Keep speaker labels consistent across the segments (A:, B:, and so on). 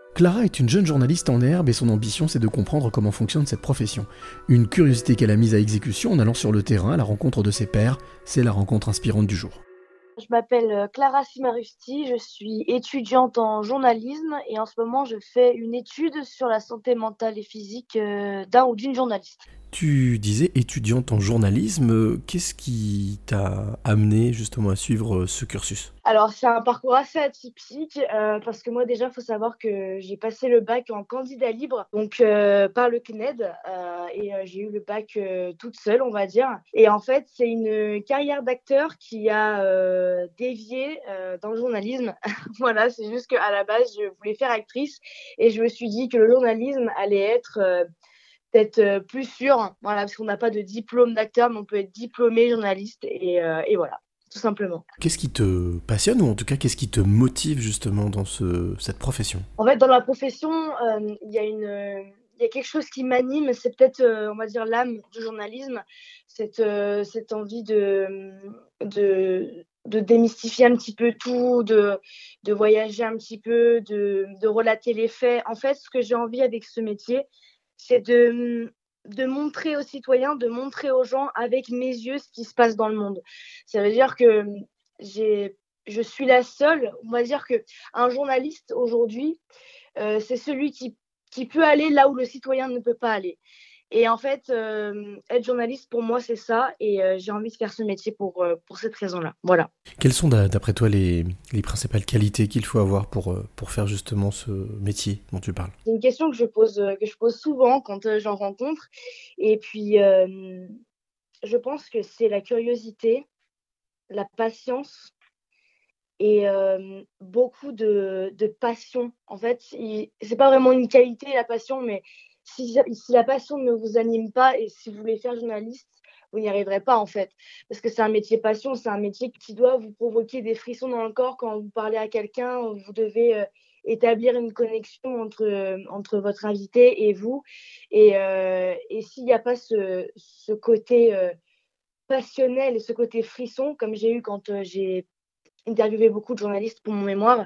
A: Clara est une jeune journaliste en herbe et son ambition c'est de comprendre comment fonctionne cette profession. Une curiosité qu'elle a mise à exécution en allant sur le terrain à la rencontre de ses pairs, c'est la rencontre inspirante du jour.
B: Je m'appelle Clara Simarusti, je suis étudiante en journalisme et en ce moment je fais une étude sur la santé mentale et physique d'un ou d'une journaliste.
A: Tu disais étudiante en journalisme, qu'est-ce qui t'a amené justement à suivre ce cursus ?
B: Alors c'est un parcours assez atypique parce que moi déjà il faut savoir que j'ai passé le bac en candidat libre donc par le CNED et j'ai eu le bac toute seule on va dire et en fait c'est une carrière d'acteur qui a dévié dans le journalisme. Voilà, c'est juste qu'à la base je voulais faire actrice et je me suis dit que le journalisme allait être peut-être plus sûr, voilà, parce qu'on n'a pas de diplôme d'acteur mais on peut être diplômé journaliste et voilà, tout simplement.
A: Qu'est-ce qui te passionne ou en tout cas qu'est-ce qui te motive justement dans cette profession ?
B: En fait, dans la profession, il y a quelque chose qui m'anime, c'est peut-être, on va dire, l'âme du journalisme, cette envie de démystifier un petit peu tout, de voyager un petit peu, de relater les faits. En fait, ce que j'ai envie avec ce métier, c'est de montrer aux citoyens, de montrer aux gens avec mes yeux ce qui se passe dans le monde. Ça veut dire que j'ai je suis la seule, on va dire que un journaliste aujourd'hui, c'est celui qui peut aller là où le citoyen ne peut pas aller. Et en fait, être journaliste pour moi c'est ça, et j'ai envie de faire ce métier pour cette raison-là. Voilà.
A: Quelles sont d'après toi les principales qualités qu'il faut avoir pour faire justement ce métier dont tu parles ?
B: C'est une question que je pose souvent quand j'en rencontre. Et puis, je pense que c'est la curiosité, la patience et beaucoup de passion. En fait, c'est pas vraiment une qualité, la passion, mais si la passion ne vous anime pas et si vous voulez faire journaliste, vous n'y arriverez pas en fait. Parce que c'est un métier passion, c'est un métier qui doit vous provoquer des frissons dans le corps quand vous parlez à quelqu'un, vous devez établir une connexion entre votre invité et vous. Et s'il n'y a pas ce côté passionnel et ce côté frisson, comme j'ai eu quand j'ai interviewé beaucoup de journalistes pour mon mémoire,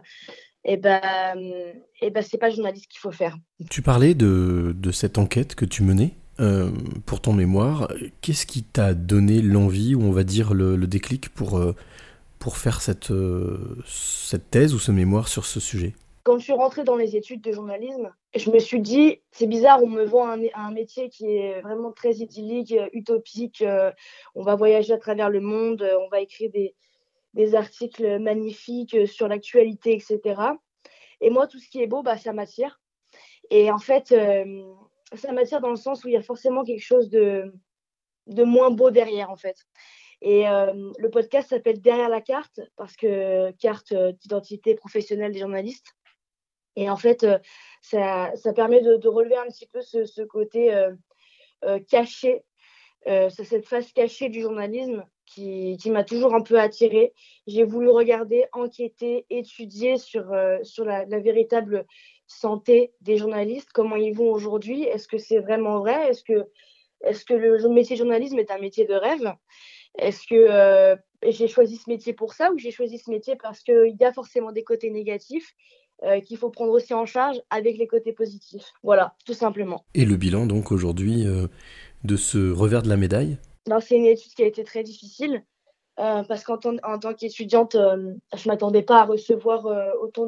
B: et ben c'est pas journaliste qu'il faut faire.
A: Tu parlais de cette enquête que tu menais pour ton mémoire. Qu'est-ce qui t'a donné l'envie ou on va dire le déclic pour faire cette thèse ou ce mémoire sur ce sujet ?
B: Quand je suis rentrée dans les études de journalisme, je me suis dit, c'est bizarre, on me vend un métier qui est vraiment très idyllique, utopique. On va voyager à travers le monde, on va écrire des articles magnifiques sur l'actualité, etc. Et moi, tout ce qui est beau, bah, ça m'attire. Et en fait, ça m'attire dans le sens où il y a forcément quelque chose de moins beau derrière, en fait. Et le podcast s'appelle Derrière la carte, parce que carte d'identité professionnelle des journalistes. Et en fait, ça permet de relever un petit peu ce côté caché, c'est cette face cachée du journalisme qui m'a toujours un peu attirée. J'ai voulu regarder, enquêter, étudier sur la véritable santé des journalistes, comment ils vont aujourd'hui. Est-ce que c'est vraiment vrai? Est-ce que le métier de journalisme est un métier de rêve? Est-ce que j'ai choisi ce métier pour ça ou j'ai choisi ce métier parce qu'il y a forcément des côtés négatifs qu'il faut prendre aussi en charge avec les côtés positifs? Voilà, tout simplement.
A: Et le bilan donc aujourd'hui de ce revers de la médaille ?
B: Alors, c'est une étude qui a été très difficile parce en tant qu'étudiante, je ne m'attendais pas à recevoir autant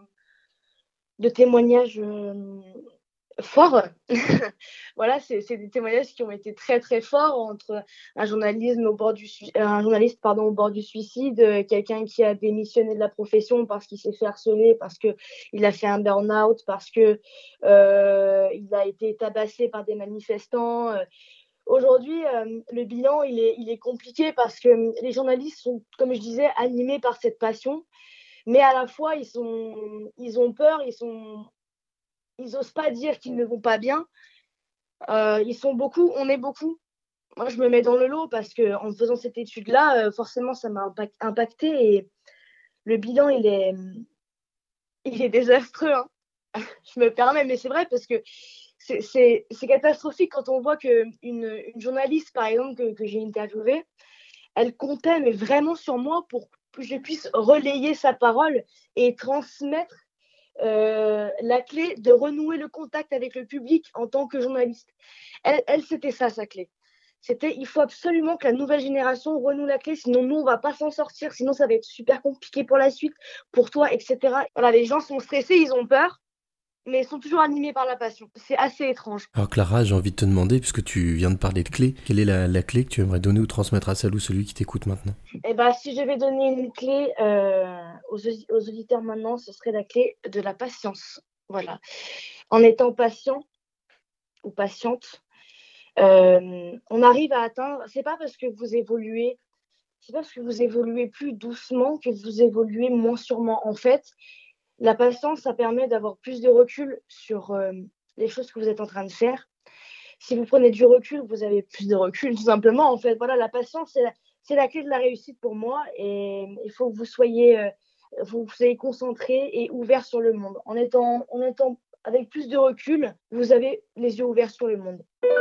B: de témoignages forts. Voilà, c'est des témoignages qui ont été très très forts entre un journaliste au bord du suicide, quelqu'un qui a démissionné de la profession parce qu'il s'est fait harceler, parce qu'il a fait un burn-out, parce qu'il a été tabassé par des manifestants. Aujourd'hui, le bilan, il est compliqué parce que les journalistes sont, comme je disais, animés par cette passion, mais à la fois, ils ont peur, ils osent pas dire qu'ils ne vont pas bien. Ils sont beaucoup, on est beaucoup. Moi, je me mets dans le lot parce que en faisant cette étude-là, forcément, ça m'a impacté et le bilan, il est désastreux, hein. Je me permets, mais c'est vrai parce que c'est catastrophique quand on voit qu'une journaliste, par exemple, que j'ai interviewée, elle comptait mais vraiment sur moi pour que je puisse relayer sa parole et transmettre la clé de renouer le contact avec le public en tant que journaliste. Elle, c'était ça, sa clé. C'était, il faut absolument que la nouvelle génération renoue la clé, sinon nous, on va pas s'en sortir, sinon ça va être super compliqué pour la suite, pour toi, etc. Voilà, les gens sont stressés, ils ont peur, mais ils sont toujours animés par la passion. C'est assez étrange.
A: Alors Clara, j'ai envie de te demander, puisque tu viens de parler de clé, quelle est la clé que tu aimerais donner ou transmettre à celle ou celui qui t'écoute maintenant?
B: Et ben, si je devais donner une clé aux auditeurs maintenant, ce serait la clé de la patience. Voilà. En étant patient ou patiente, on arrive à atteindre. C'est pas parce que vous évoluez plus doucement que vous évoluez moins sûrement. En fait, la patience, ça permet d'avoir plus de recul sur les choses que vous êtes en train de faire. Si vous prenez du recul, vous avez plus de recul, tout simplement. En fait, voilà, la patience, c'est la clé de la réussite pour moi. Et il faut que vous soyez concentré et ouvert sur le monde. En étant avec plus de recul, vous avez les yeux ouverts sur le monde.